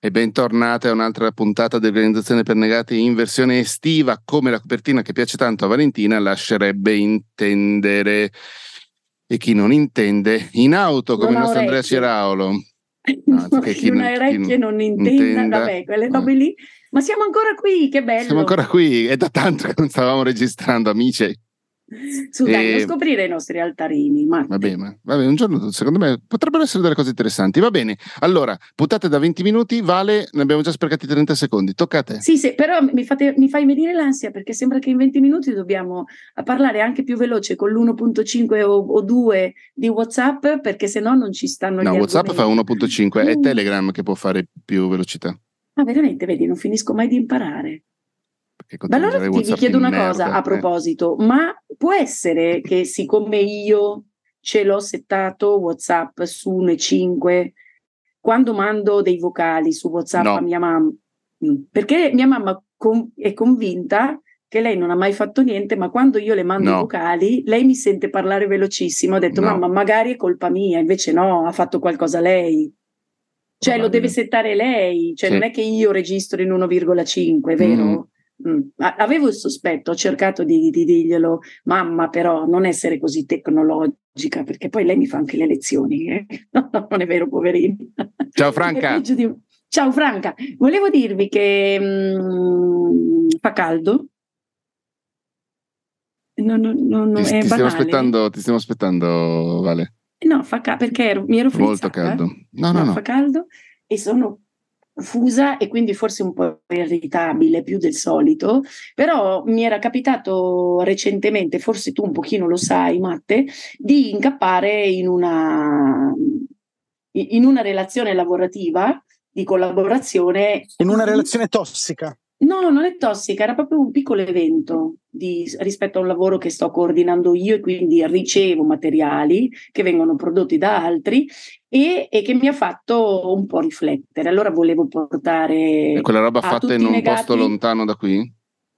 E bentornate a un'altra puntata di Organizzazione per Negati in versione estiva, come la copertina che piace tanto a Valentina lascerebbe intendere. E chi non intende, in auto, come il nostro Andrea Ciraulo. No, chi non ha orecchie non intenda. Vabbè, quelle robe lì. Ma siamo ancora qui, che bello. Siamo ancora qui, è da tanto che non stavamo registrando, amici. Su, dai, non scoprire i nostri altarini. Vabbè, un giorno secondo me potrebbero essere delle cose interessanti. Va bene, allora, puntate da 20 minuti, Vale, ne abbiamo già sprecati 30 secondi, tocca a te. Sì, però mi fai venire l'ansia, perché sembra che in 20 minuti dobbiamo parlare anche più veloce con l'1.5 o 2 di WhatsApp, perché sennò non ci stanno gli argomenti. WhatsApp fa 1.5, è Telegram che può fare più velocità. Ah, veramente? Vedi, non finisco mai di imparare. Ma allora vi chiedo una cosa a proposito, ma può essere che siccome io ce l'ho settato WhatsApp su 1.5, quando mando dei vocali su WhatsApp a mia mamma, perché mia mamma è convinta che lei non ha mai fatto niente, ma quando io le mando i vocali, lei mi sente parlare velocissimo. Ho detto, mamma, magari è colpa mia, invece no, ha fatto qualcosa lei. Cioè lo deve settare lei, cioè non è che io registro in 1,5, vero? Avevo il sospetto, ho cercato di dirglielo, mamma, però non essere così tecnologica, perché poi lei mi fa anche le lezioni. No, non è vero, poverina. Ciao Franca. Ciao Franca, volevo dirvi che fa caldo. Ti stiamo aspettando, Vale. No, perché mi ero frizzata. Molto caldo. No. Fa caldo e sono fusa e quindi forse un po' irritabile più del solito, però mi era capitato recentemente, forse tu un pochino lo sai, Matte, di incappare in una relazione lavorativa di collaborazione. In una relazione tossica? No, non è tossica, era proprio un piccolo evento rispetto a un lavoro che sto coordinando io, e quindi ricevo materiali che vengono prodotti da altri e che mi ha fatto un po' riflettere. Allora volevo portare. E quella roba fatta in un posto lontano da qui?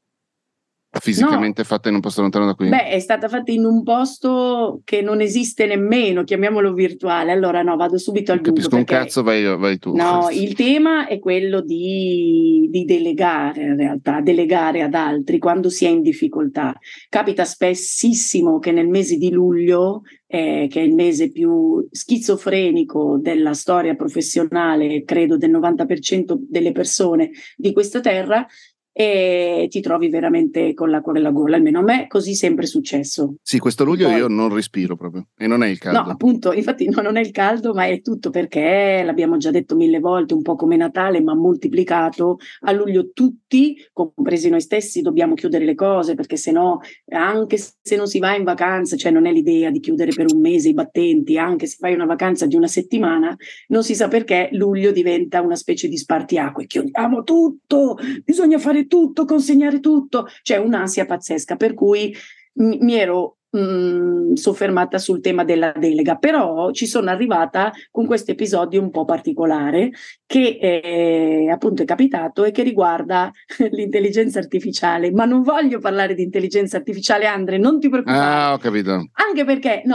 Fisicamente fatta in un posto lontano da qui? Beh, è stata fatta in un posto che non esiste nemmeno, chiamiamolo virtuale. Allora no, vado subito al dunque. Capisco un cazzo, vai tu. No, il tema è quello di delegare, in realtà, delegare ad altri quando si è in difficoltà. Capita spessissimo che nel mese di luglio, che è il mese più schizofrenico della storia professionale, credo del 90% delle persone di questa terra, e ti trovi veramente con l'acqua nella gola. Almeno a me così sempre è successo. Sì, questo luglio io non respiro proprio, e non è il caldo. No, appunto, infatti non è il caldo, ma è tutto perché, l'abbiamo già detto 1000 volte, un po' come Natale, ma moltiplicato. A luglio tutti, compresi noi stessi, dobbiamo chiudere le cose, perché sennò, anche se non si va in vacanza, cioè non è l'idea di chiudere per un mese i battenti, anche se fai una vacanza di una settimana, non si sa perché luglio diventa una specie di spartiacque. Chiudiamo tutto, bisogna fare tutto, consegnare tutto, c'è un'ansia pazzesca, per cui mi ero soffermata sul tema della delega, però ci sono arrivata con questo episodio un po' particolare che appunto è capitato e che riguarda l'intelligenza artificiale, ma non voglio parlare di intelligenza artificiale, Andre, non ti preoccupare. Ho capito. Anche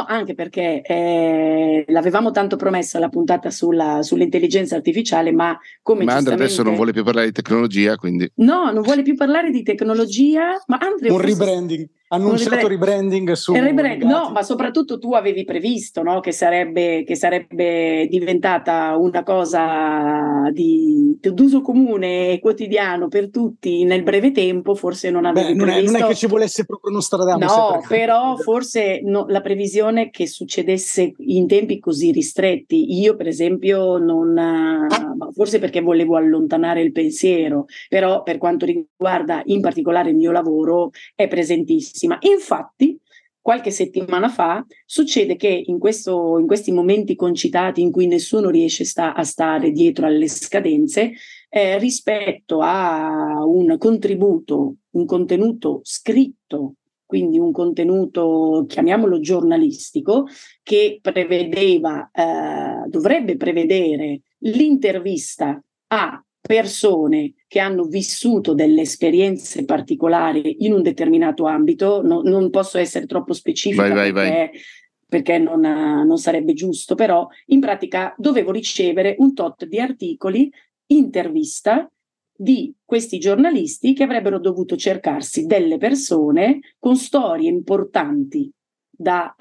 perché l'avevamo tanto promessa la puntata sull'intelligenza artificiale, ma come Andre adesso non vuole più parlare di tecnologia, quindi. No, non vuole più parlare di tecnologia, ma Andre rebranding. Annunciato rebranding su no, ma soprattutto tu avevi previsto, no, che sarebbe diventata una cosa d'uso comune e quotidiano per tutti nel breve tempo. Forse non avevi previsto. Non è che ci volesse proprio Nostradamus. No, però forse la previsione che succedesse in tempi così ristretti. Io per esempio forse perché volevo allontanare il pensiero, però per quanto riguarda in particolare il mio lavoro è presentissimo. Infatti, qualche settimana fa succede che in questi momenti concitati in cui nessuno riesce a stare dietro alle scadenze, rispetto a un contributo, un contenuto scritto, quindi un contenuto, chiamiamolo giornalistico, che dovrebbe prevedere l'intervista a persone che hanno vissuto delle esperienze particolari in un determinato ambito. Non posso essere troppo specifica perché non sarebbe giusto, però in pratica dovevo ricevere un tot di articoli intervista di questi giornalisti che avrebbero dovuto cercarsi delle persone con storie importanti da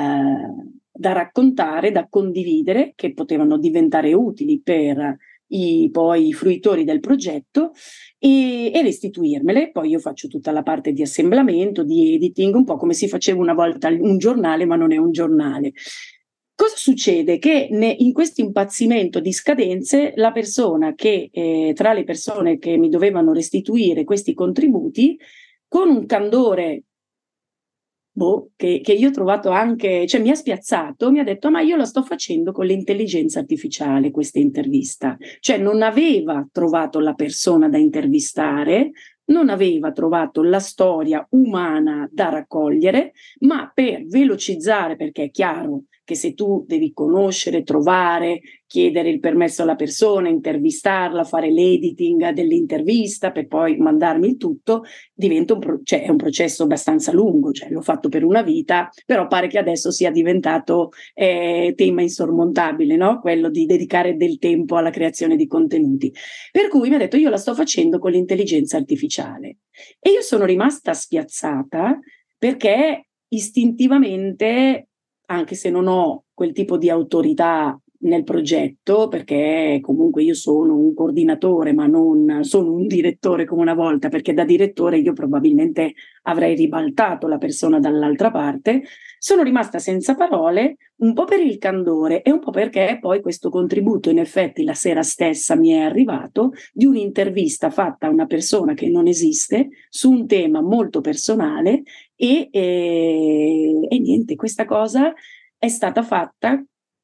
raccontare, da condividere, che potevano diventare utili per poi i fruitori del progetto e restituirmele. Poi io faccio tutta la parte di assemblamento, di editing, un po' come si faceva una volta un giornale, ma non è un giornale. Cosa succede? Che in questo impazzimento di scadenze, la persona che, tra le persone che mi dovevano restituire questi contributi, con un candore che io ho trovato anche, cioè mi ha spiazzato, mi ha detto: ma io la sto facendo con l'intelligenza artificiale questa intervista. Cioè non aveva trovato la persona da intervistare, non aveva trovato la storia umana da raccogliere, ma per velocizzare, perché è chiaro che se tu devi conoscere, trovare, chiedere il permesso alla persona, intervistarla, fare l'editing dell'intervista per poi mandarmi il tutto, diventa è un processo abbastanza lungo. Cioè, l'ho fatto per una vita, però pare che adesso sia diventato tema insormontabile, no? Quello di dedicare del tempo alla creazione di contenuti. Per cui mi ha detto: io la sto facendo con l'intelligenza artificiale. E io sono rimasta spiazzata, perché istintivamente, anche se non ho quel tipo di autorità nel progetto, perché comunque io sono un coordinatore, ma non sono un direttore come una volta, perché da direttore io probabilmente avrei ribaltato la persona dall'altra parte, sono rimasta senza parole, un po' per il candore e un po' perché poi questo contributo in effetti la sera stessa mi è arrivato, di un'intervista fatta a una persona che non esiste su un tema molto personale e niente, questa cosa è stata fatta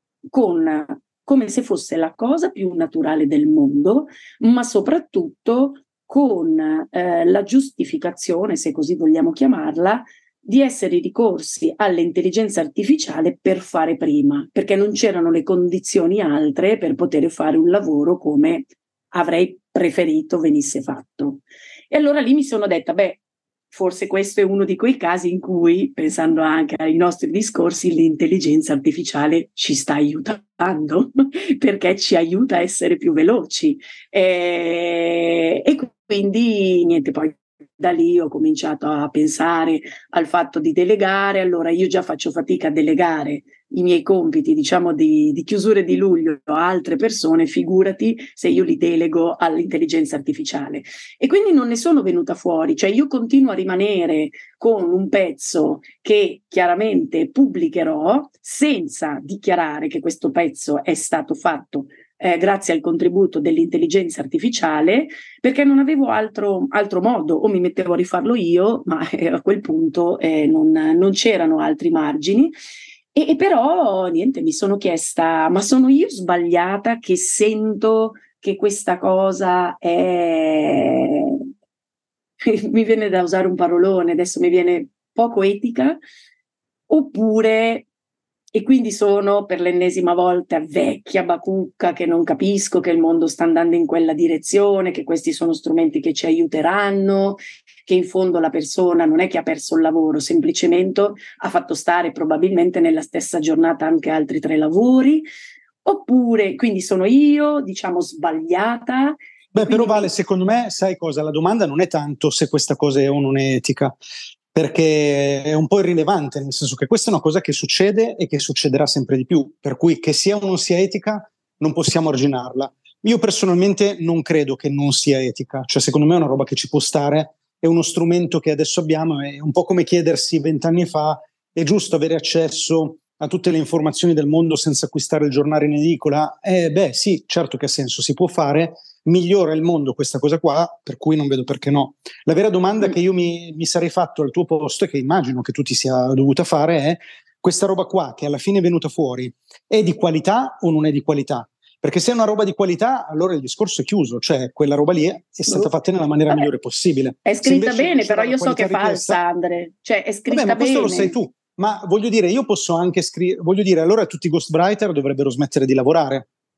come se fosse la cosa più naturale del mondo, ma soprattutto con la giustificazione, se così vogliamo chiamarla, di essere ricorsi all'intelligenza artificiale per fare prima, perché non c'erano le condizioni altre per poter fare un lavoro come avrei preferito venisse fatto. E allora lì mi sono detta: beh, forse questo è uno di quei casi in cui, pensando anche ai nostri discorsi, l'intelligenza artificiale ci sta aiutando, perché ci aiuta a essere più veloci. E quindi niente, poi da lì ho cominciato a pensare al fatto di delegare. Allora io già faccio fatica a delegare i miei compiti, diciamo, di chiusura di luglio a altre persone, figurati se io li delego all'intelligenza artificiale. E quindi non ne sono venuta fuori, cioè io continuo a rimanere con un pezzo che chiaramente pubblicherò senza dichiarare che questo pezzo è stato fatto grazie al contributo dell'intelligenza artificiale, perché non avevo altro modo, o mi mettevo a rifarlo io, ma a quel punto non c'erano altri margini. E però niente, mi sono chiesta: ma sono io sbagliata che sento che questa cosa è mi viene da usare un parolone, adesso mi viene poco etica, oppure, e quindi sono per l'ennesima volta vecchia bacucca che non capisco che il mondo sta andando in quella direzione, che questi sono strumenti che ci aiuteranno, che in fondo la persona non è che ha perso il lavoro, semplicemente ha fatto stare probabilmente nella stessa giornata anche altri 3 lavori, oppure quindi sono io, diciamo, sbagliata. Beh, però Vale, secondo me, sai cosa? La domanda non è tanto se questa cosa è o non è etica, perché è un po' irrilevante, nel senso che questa è una cosa che succede e che succederà sempre di più, per cui che sia o non sia etica non possiamo arginarla. Io personalmente non credo che non sia etica, cioè secondo me è una roba che ci può stare, è uno strumento che adesso abbiamo, è un po' come chiedersi 20 anni fa: è giusto avere accesso a tutte le informazioni del mondo senza acquistare il giornale in edicola? Beh sì, certo che ha senso, si può fare, migliora il mondo questa cosa qua, per cui non vedo perché no. La vera domanda che io mi sarei fatto al tuo posto, e che immagino che tu ti sia dovuta fare, è: questa roba qua che alla fine è venuta fuori è di qualità o non è di qualità? Perché se è una roba di qualità, allora il discorso è chiuso, cioè quella roba lì è stata fatta nella maniera migliore possibile. È scritta bene, però io so che è falsa, Andre. Cioè è scritta bene. Ma questo lo sai tu. Ma voglio dire, io posso anche scrivere, voglio dire, allora tutti i ghostwriter dovrebbero smettere di lavorare.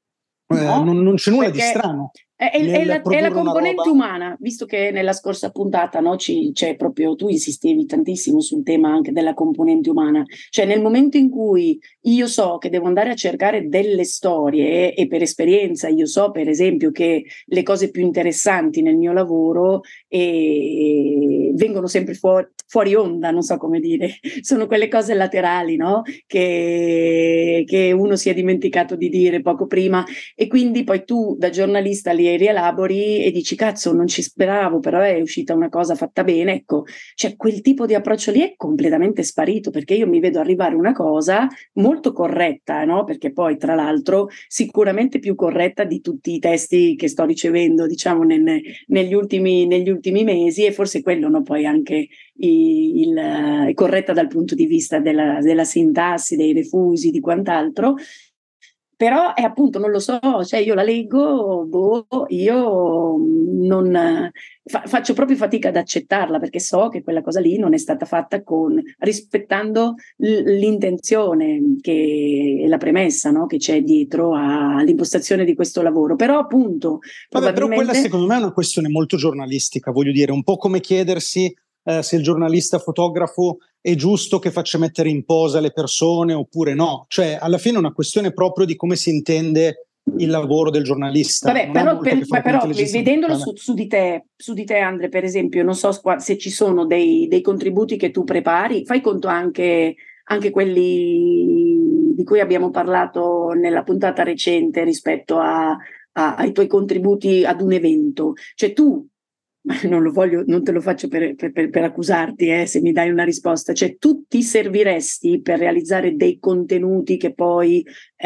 No, non c'è nulla di perché strano. è la produrre una componente roba. umana, visto che nella scorsa puntata, no, c'è proprio, tu insistevi tantissimo sul tema anche della componente umana, cioè nel momento in cui io so che devo andare a cercare delle storie e per esperienza io so per esempio che le cose più interessanti nel mio lavoro vengono sempre fuori onda, non so come dire, sono quelle cose laterali, no? Che uno si è dimenticato di dire poco prima, e quindi poi tu da giornalista li rielabori e dici cazzo, non ci speravo, però è uscita una cosa fatta bene. Ecco, cioè quel tipo di approccio lì è completamente sparito, perché io mi vedo arrivare una cosa molto corretta, no? Perché poi tra l'altro sicuramente più corretta di tutti i testi che sto ricevendo, diciamo, negli ultimi mesi, e forse quello, no? Poi anche è corretta dal punto di vista della sintassi, dei refusi, di quant'altro. Però è appunto, non lo so, cioè io la leggo, io non faccio proprio fatica ad accettarla, perché so che quella cosa lì non è stata fatta rispettando l'intenzione e la premessa, no, che c'è dietro all'impostazione di questo lavoro. Però appunto, Vabbè, però quella probabilmente... secondo me è una questione molto giornalistica, voglio dire, un po' come chiedersi se il giornalista fotografo è giusto che faccia mettere in posa le persone oppure no. Cioè, alla fine è una questione proprio di come si intende il lavoro del giornalista. Vabbè, Non ha molto a che fare con l'intelligenza vedendolo artificiale. su di te, Andre, per esempio, non so se ci sono dei contributi che tu prepari, fai conto anche quelli di cui abbiamo parlato nella puntata recente rispetto ai tuoi contributi ad un evento. Cioè tu, non te lo faccio per accusarti, se mi dai una risposta, cioè tu ti serviresti per realizzare dei contenuti che poi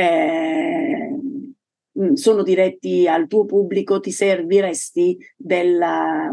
sono diretti al tuo pubblico, ti serviresti del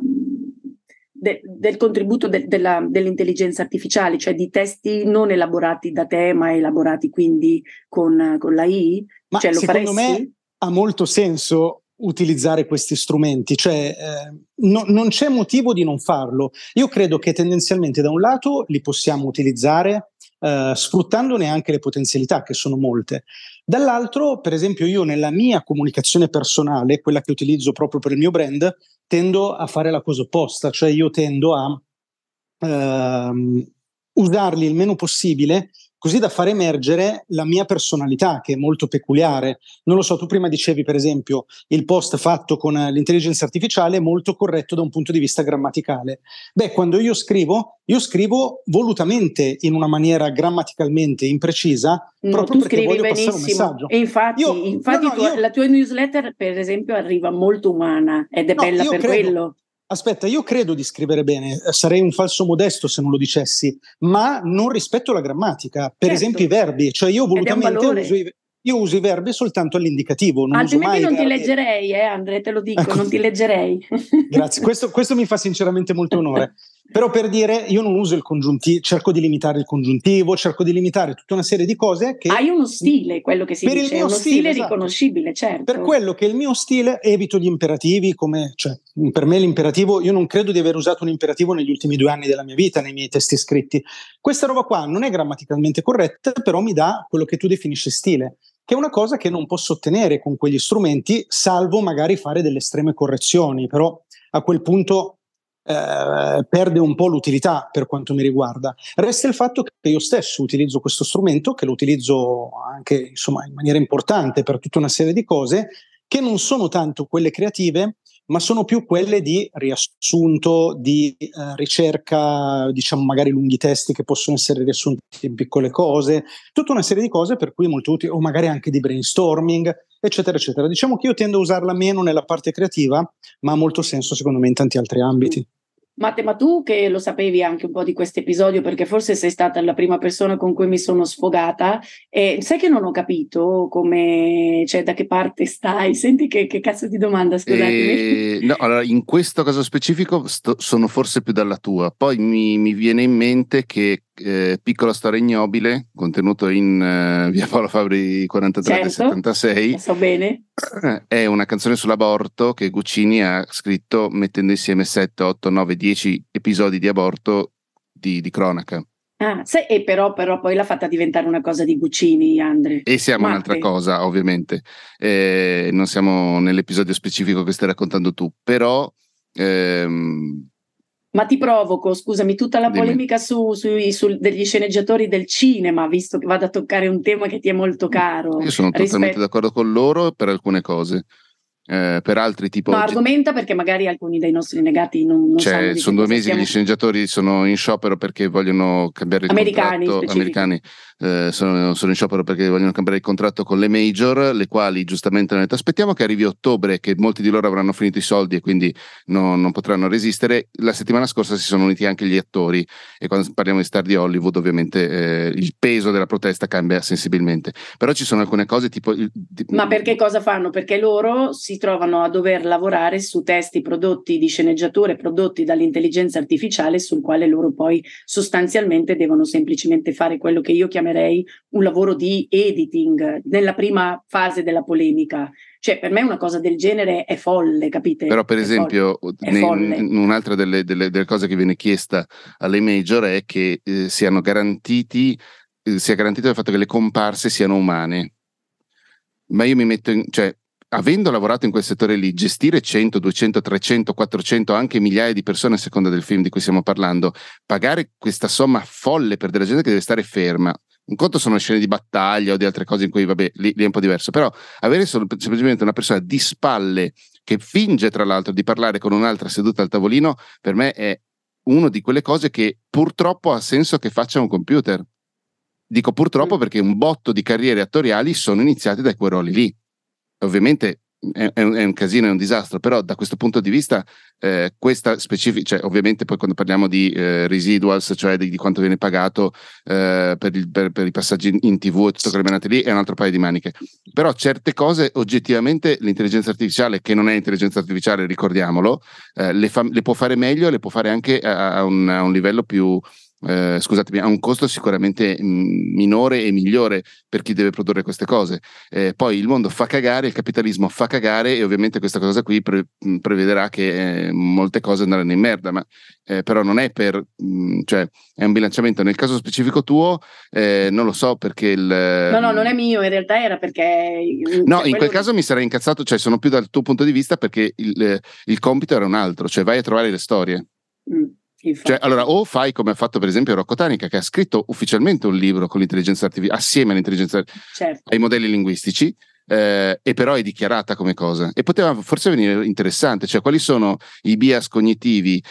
contributo dell'intelligenza artificiale, cioè di testi non elaborati da te, ma elaborati quindi con l'AI? Ma cioè, lo secondo faresti? me ha molto senso utilizzare questi strumenti, cioè non c'è motivo di non farlo. Io credo che tendenzialmente da un lato li possiamo utilizzare sfruttandone anche le potenzialità, che sono molte. Dall'altro, per esempio, io nella mia comunicazione personale, quella che utilizzo proprio per il mio brand, tendo a fare la cosa opposta, cioè io tendo a usarli il meno possibile, così da far emergere la mia personalità, che è molto peculiare. Non lo so, tu prima dicevi per esempio il post fatto con l'intelligenza artificiale è molto corretto da un punto di vista grammaticale. Beh, quando io scrivo volutamente in una maniera grammaticalmente imprecisa, No, proprio tu perché scrivi voglio passare un benissimo, messaggio. e infatti la tua newsletter, per esempio, arriva molto umana ed è bella per quello. Aspetta, io credo di scrivere bene, sarei un falso modesto se non lo dicessi, ma non rispetto la grammatica. Per esempio i verbi, cioè io volutamente uso i verbi soltanto all'indicativo, non uso altrimenti mai non i ti verbi. leggerei, Andre, te lo dico, Ecco. non ti leggerei. Grazie, questo mi fa sinceramente molto onore. Però per dire, io non uso il congiuntivo, cerco di limitare il congiuntivo, cerco di limitare tutta una serie di cose che... Hai uno stile, quello che si per dice, il mio è uno stile esatto. riconoscibile, certo. Per quello che è il mio stile, evito gli imperativi, cioè, per me l'imperativo, io non credo di aver usato un imperativo negli ultimi 2 anni della mia vita, nei miei testi scritti. Questa roba qua non è grammaticalmente corretta, però mi dà quello che tu definisci stile, che è una cosa che non posso ottenere con quegli strumenti, salvo magari fare delle estreme correzioni, però a quel punto perde un po' l'utilità per quanto mi riguarda. Resta il fatto che io stesso utilizzo questo strumento, che lo utilizzo anche insomma in maniera importante per tutta una serie di cose, che non sono tanto quelle creative, ma sono più quelle di riassunto, di ricerca, diciamo magari lunghi testi che possono essere riassunti in piccole cose, tutta una serie di cose per cui è molto utile, o magari anche di brainstorming, eccetera, eccetera. Diciamo che io tendo a usarla meno nella parte creativa, ma ha molto senso secondo me in tanti altri ambiti. Matte, ma tu che lo sapevi anche un po' di questo episodio, perché forse sei stata la prima persona con cui mi sono sfogata, sai che non ho capito come, cioè da che parte stai? Senti che cazzo di domanda, scusatemi. No, allora, in questo caso specifico sono forse più dalla tua. Poi mi viene in mente che Piccola storia ignobile, contenuto in Via Paolo Fabri 43 del 76, so bene. È una canzone sull'aborto che Guccini ha scritto mettendo insieme 7, 8, 9, 10 episodi di aborto di cronaca. E però poi l'ha fatta diventare una cosa di Guccini, Andre. E siamo un'altra cosa, ovviamente. Non siamo nell'episodio specifico che stai raccontando tu, però... Ma ti provoco, scusami, tutta la polemica degli sceneggiatori del cinema, visto che vado a toccare un tema che ti è molto caro. Io sono totalmente d'accordo con loro per alcune cose. Per altri tipo... No, argomenta, perché magari alcuni dei nostri negati non sanno di sono 2 mesi che gli sceneggiatori sono in sciopero perché vogliono cambiare il contratto. Americani sono in sciopero perché vogliono cambiare il contratto con le major, le quali giustamente hanno detto aspettiamo che arrivi ottobre, che molti di loro avranno finito i soldi e quindi non potranno resistere. La settimana scorsa si sono uniti anche gli attori, e quando parliamo di star di Hollywood ovviamente il peso della protesta cambia sensibilmente, però ci sono alcune cose tipo... Ma perché cosa fanno? Perché loro si trovano a dover lavorare su testi prodotti di sceneggiature, prodotti dall'intelligenza artificiale, sul quale loro poi sostanzialmente devono semplicemente fare quello che io chiamerei un lavoro di editing nella prima fase della polemica. Cioè, per me una cosa del genere è folle, capite? Però per esempio un'altra delle cose che viene chiesta alle major è che sia garantito il fatto che le comparse siano umane. Ma io mi metto cioè, avendo lavorato in quel settore lì, gestire 100, 200, 300, 400, anche migliaia di persone a seconda del film di cui stiamo parlando, pagare questa somma folle per della gente che deve stare ferma. Un conto sono scene di battaglia o di altre cose in cui, vabbè, lì è un po' diverso, però avere semplicemente una persona di spalle che finge, tra l'altro, di parlare con un'altra seduta al tavolino, per me è una di quelle cose che purtroppo ha senso che faccia un computer. Dico purtroppo perché un botto di carriere attoriali sono iniziate da quei ruoli lì. Ovviamente è un casino, è un disastro, però da questo punto di vista questa specifica, cioè ovviamente poi quando parliamo di residuals, cioè di quanto viene pagato per i passaggi in TV e tutto quelle menate lì, è un altro paio di maniche. Però certe cose oggettivamente l'intelligenza artificiale, che non è intelligenza artificiale, ricordiamolo, le può fare meglio e le può fare anche a un livello più... scusatemi, ha un costo sicuramente minore e migliore per chi deve produrre queste cose. Poi il mondo fa cagare, il capitalismo fa cagare, e ovviamente questa cosa qui prevederà che molte cose andranno in merda, ma però non è cioè è un bilanciamento. Nel caso specifico tuo non lo so perché no, non è mio, in realtà era perché no, in quel caso mi sarei incazzato, cioè sono più dal tuo punto di vista, perché il compito era un altro, cioè vai a trovare le storie. Cioè, allora, o fai come ha fatto per esempio Rocco Tanica, che ha scritto ufficialmente un libro con l'intelligenza artificiale, assieme all'intelligenza ai modelli linguistici, e però è dichiarata come cosa, e poteva forse venire interessante, cioè quali sono i bias cognitivi,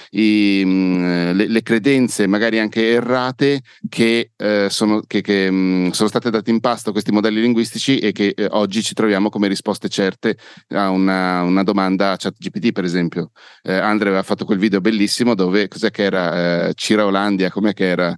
le credenze magari anche errate che sono state date in pasto a questi modelli linguistici e che oggi ci troviamo come risposte certe a una domanda a ChatGPT, per esempio. Andre aveva fatto quel video bellissimo dove, cos'è che era, Cira Olandia, com'è che era?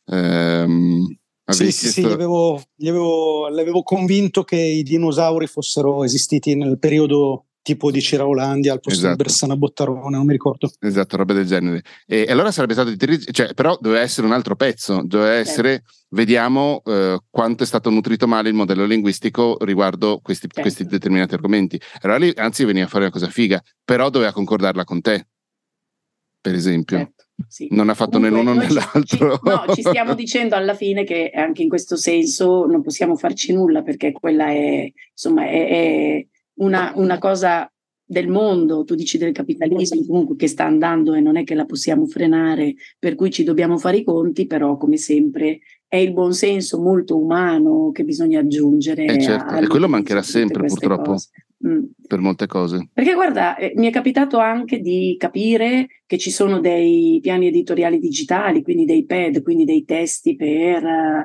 Sì, l'avevo convinto che i dinosauri fossero esistiti nel periodo tipo di Cira Olandia al posto di Bersana Bottarone, non mi ricordo. Esatto, roba del genere. E allora sarebbe stato cioè, però doveva essere un altro pezzo, doveva essere, vediamo quanto è stato nutrito male il modello linguistico riguardo questi determinati argomenti. Allora lì, anzi, veniva a fare una cosa figa, però doveva concordarla con te, per esempio. Sì. Non ha fatto né l'uno né l'altro. Ci stiamo dicendo alla fine che anche in questo senso non possiamo farci nulla, perché quella è, insomma, è una cosa del mondo. Tu dici del capitalismo comunque che sta andando e non è che la possiamo frenare, per cui ci dobbiamo fare i conti, però come sempre è il buonsenso molto umano che bisogna aggiungere. Certo. E quello mancherà sempre, purtroppo. Per molte cose. Perché guarda, mi è capitato anche di capire che ci sono dei piani editoriali digitali, quindi dei pad, quindi dei testi per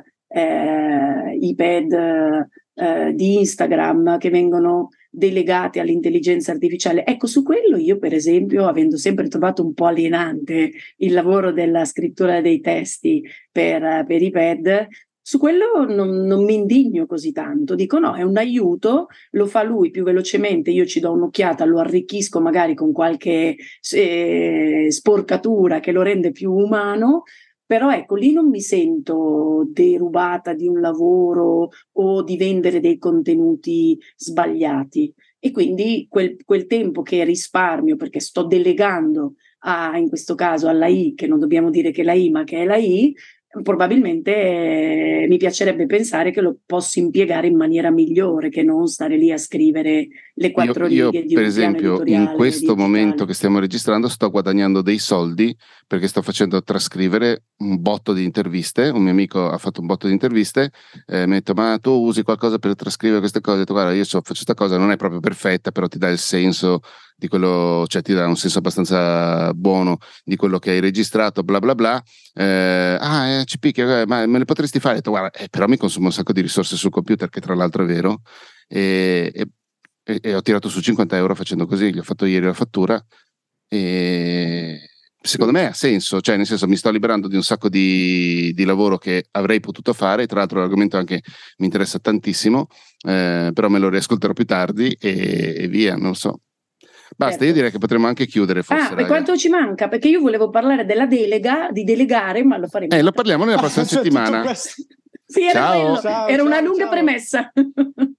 i pad di Instagram che vengono delegati all'intelligenza artificiale. Ecco, su quello io, per esempio, avendo sempre trovato un po' alienante il lavoro della scrittura dei testi per i pad, su quello non mi indigno così tanto. Dico no, è un aiuto, lo fa lui più velocemente, io ci do un'occhiata, lo arricchisco magari con qualche sporcatura che lo rende più umano, però ecco, lì non mi sento derubata di un lavoro o di vendere dei contenuti sbagliati. E quindi quel tempo che risparmio, perché sto delegando in questo caso alla I, che non dobbiamo dire che è la I, ma che è la I, probabilmente mi piacerebbe pensare che lo posso impiegare in maniera migliore che non stare lì a scrivere le 4 righe di per un piano esempio, editoriale in questo digitale. momento che stiamo registrando sto guadagnando dei soldi perché sto facendo trascrivere un botto di interviste. Un mio amico ha fatto un botto di interviste, mi ha detto: ma tu usi qualcosa per trascrivere queste cose? Ho detto: guarda, io faccio questa cosa, non è proprio perfetta, però ti dà il senso di quello, cioè ti dà un senso abbastanza buono di quello che hai registrato, bla bla bla. Ci picchia, ma me le potresti fare? Ho detto: guarda, però mi consuma un sacco di risorse sul computer, che tra l'altro è vero, e ho tirato su 50 euro facendo così. Gli ho fatto ieri la fattura e secondo me ha senso, cioè nel senso mi sto liberando di un sacco di lavoro che avrei potuto fare. Tra l'altro l'argomento anche mi interessa tantissimo, però me lo riascolterò più tardi e via, non so. Basta, Certo. io direi che potremmo anche chiudere forse. E quanto ci manca? Perché io volevo parlare della delega, di delegare, ma lo faremo. Lo parliamo nella prossima settimana. Sì, era Ciao. quello, Ciao, era una ciao, lunga ciao. premessa.